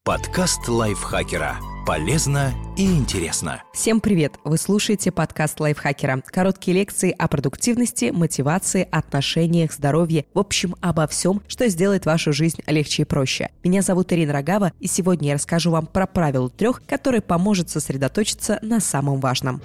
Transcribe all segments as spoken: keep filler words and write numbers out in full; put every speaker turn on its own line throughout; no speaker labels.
Подкаст лайфхакера. Полезно и интересно.
Всем привет! Вы слушаете подкаст лайфхакера. Короткие лекции о продуктивности, мотивации, отношениях, здоровье. В общем, обо всем, что сделает вашу жизнь легче и проще. Меня зовут Ирина Рогава, и сегодня я расскажу вам про правило трех, которое поможет сосредоточиться на самом важном.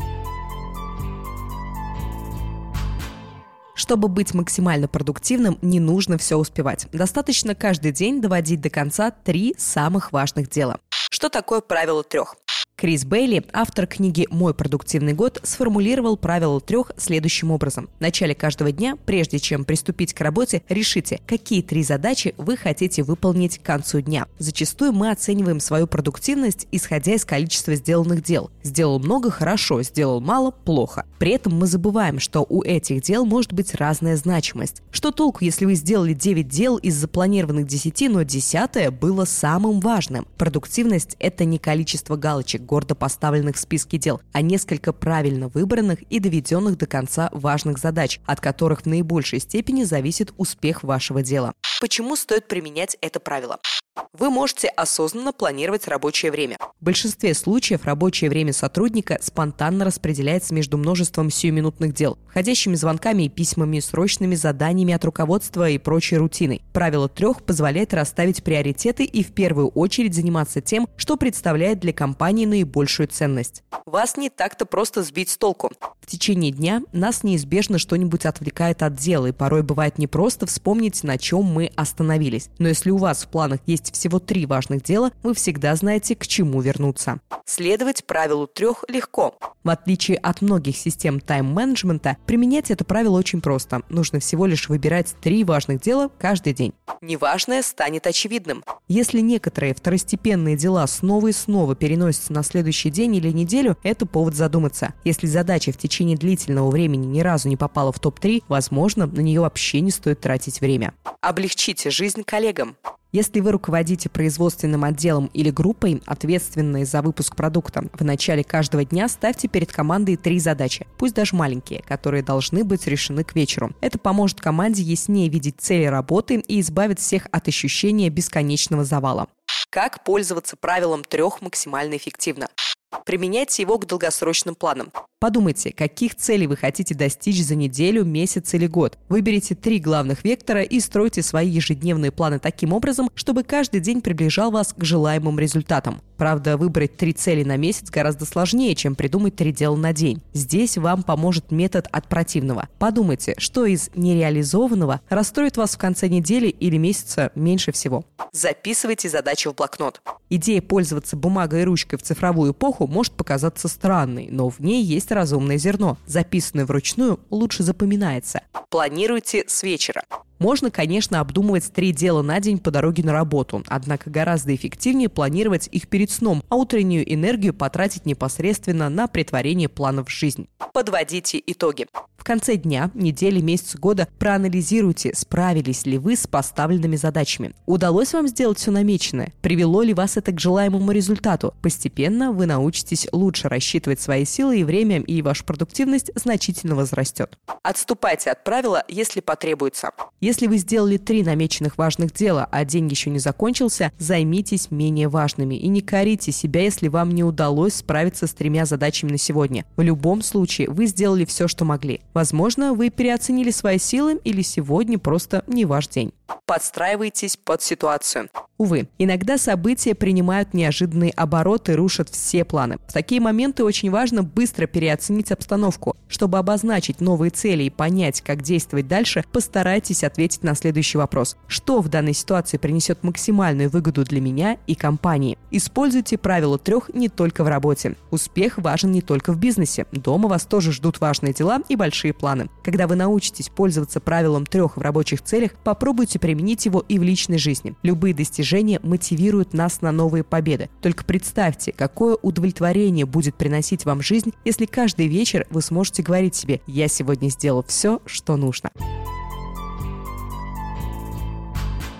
Чтобы быть максимально продуктивным, не нужно все успевать. Достаточно каждый день доводить до конца три самых важных дела. Что такое правило трех? Крис Бейли, автор книги «Мой продуктивный год», сформулировал правило трех следующим образом. В начале каждого дня, прежде чем приступить к работе, решите, какие три задачи вы хотите выполнить к концу дня. Зачастую мы оцениваем свою продуктивность, исходя из количества сделанных дел. Сделал много – хорошо, сделал мало – плохо. При этом мы забываем, что у этих дел может быть разная значимость. Что толку, если вы сделали девять дел из запланированных десяти, но десятое было самым важным? Продуктивность – это не количество галочек, гордо поставленных в списке дел, а несколько правильно выбранных и доведенных до конца важных задач, от которых в наибольшей степени зависит успех вашего дела. Почему стоит применять это правило? Вы можете осознанно планировать рабочее время. В большинстве случаев рабочее время сотрудника спонтанно распределяется между множеством сиюминутных дел, входящими звонками и письмами, срочными заданиями от руководства и прочей рутиной. Правило трех позволяет расставить приоритеты и в первую очередь заниматься тем, что представляет для компании наибольшую ценность. Вас не так-то просто сбить с толку. В течение дня нас неизбежно что-нибудь отвлекает от дела, и порой бывает непросто вспомнить, на чем мы остановились. Но если у вас в планах есть всего три важных дела, вы всегда знаете, к чему вернуться. Следовать правилу трех легко. В отличие от многих систем тайм-менеджмента, применять это правило очень просто. Нужно всего лишь выбирать три важных дела каждый день. Неважное станет очевидным. Если некоторые второстепенные дела снова и снова переносятся на следующий день или неделю, это повод задуматься. Если задача в течение длительного времени ни разу не попала в топ три, возможно, на нее вообще не стоит тратить время. Облегчите жизнь коллегам. Если вы руководите производственным отделом или группой, ответственной за выпуск продукта, в начале каждого дня ставьте перед командой три задачи, пусть даже маленькие, которые должны быть решены к вечеру. Это поможет команде яснее видеть цели работы и избавит всех от ощущения бесконечного завала. Как пользоваться правилом трех максимально эффективно? Применяйте его к долгосрочным планам. Подумайте, каких целей вы хотите достичь за неделю, месяц или год. Выберите три главных вектора и стройте свои ежедневные планы таким образом, чтобы каждый день приближал вас к желаемым результатам. Правда, выбрать три цели на месяц гораздо сложнее, чем придумать три дела на день. Здесь вам поможет метод от противного. Подумайте, что из нереализованного расстроит вас в конце недели или месяца меньше всего. Записывайте задачи в блокнот. Идея пользоваться бумагой и ручкой в цифровую эпоху может показаться странной, но в ней есть разумное зерно. Записанное вручную лучше запоминается. Планируйте с вечера. Можно, конечно, обдумывать три дела на день по дороге на работу, однако гораздо эффективнее планировать их перед сном, а утреннюю энергию потратить непосредственно на претворение планов в жизнь. Подводите итоги. В конце дня, недели, месяца, года проанализируйте, справились ли вы с поставленными задачами. Удалось вам сделать все намеченное? Привело ли вас это к желаемому результату? Постепенно вы научитесь лучше рассчитывать свои силы и время, и ваша продуктивность значительно возрастет. Отступайте от правила, если потребуется. Если вы сделали три намеченных важных дела, а день еще не закончился, займитесь менее важными и не корите себя, если вам не удалось справиться с тремя задачами на сегодня. В любом случае, вы сделали все, что могли. Возможно, вы переоценили свои силы или сегодня просто не ваш день. Подстраивайтесь под ситуацию. Увы, иногда события принимают неожиданные обороты и рушат все планы. В такие моменты очень важно быстро переоценить обстановку. Чтобы обозначить новые цели и понять, как действовать дальше, постарайтесь ответить на следующий вопрос. Что в данной ситуации принесет максимальную выгоду для меня и компании? Используйте правило трех не только в работе. Успех важен не только в бизнесе. Дома вас тоже ждут важные дела и большие планы. Когда вы научитесь пользоваться правилом трех в рабочих целях, попробуйте применить его и в личной жизни. Любые достижения мотивируют нас на новые победы. Только представьте, какое удовлетворение будет приносить вам жизнь, если каждый вечер вы сможете говорить себе: «Я сегодня сделал все, что нужно».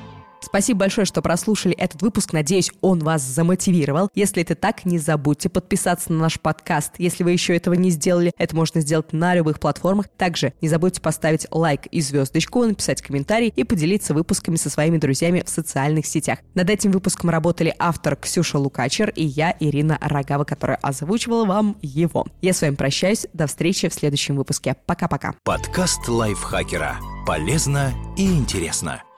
Спасибо большое, что прослушали этот выпуск. Надеюсь, он вас замотивировал. Если это так, не забудьте подписаться на наш подкаст. Если вы еще этого не сделали, это можно сделать на любых платформах. Также не забудьте поставить лайк и звездочку, написать комментарий и поделиться выпусками со своими друзьями в социальных сетях. Над этим выпуском работали автор Ксюша Лукачер и я, Ирина Рогава, которая озвучивала вам его. Я с вами прощаюсь. До встречи в следующем выпуске. Пока-пока.
Подкаст лайфхакера. Полезно и интересно.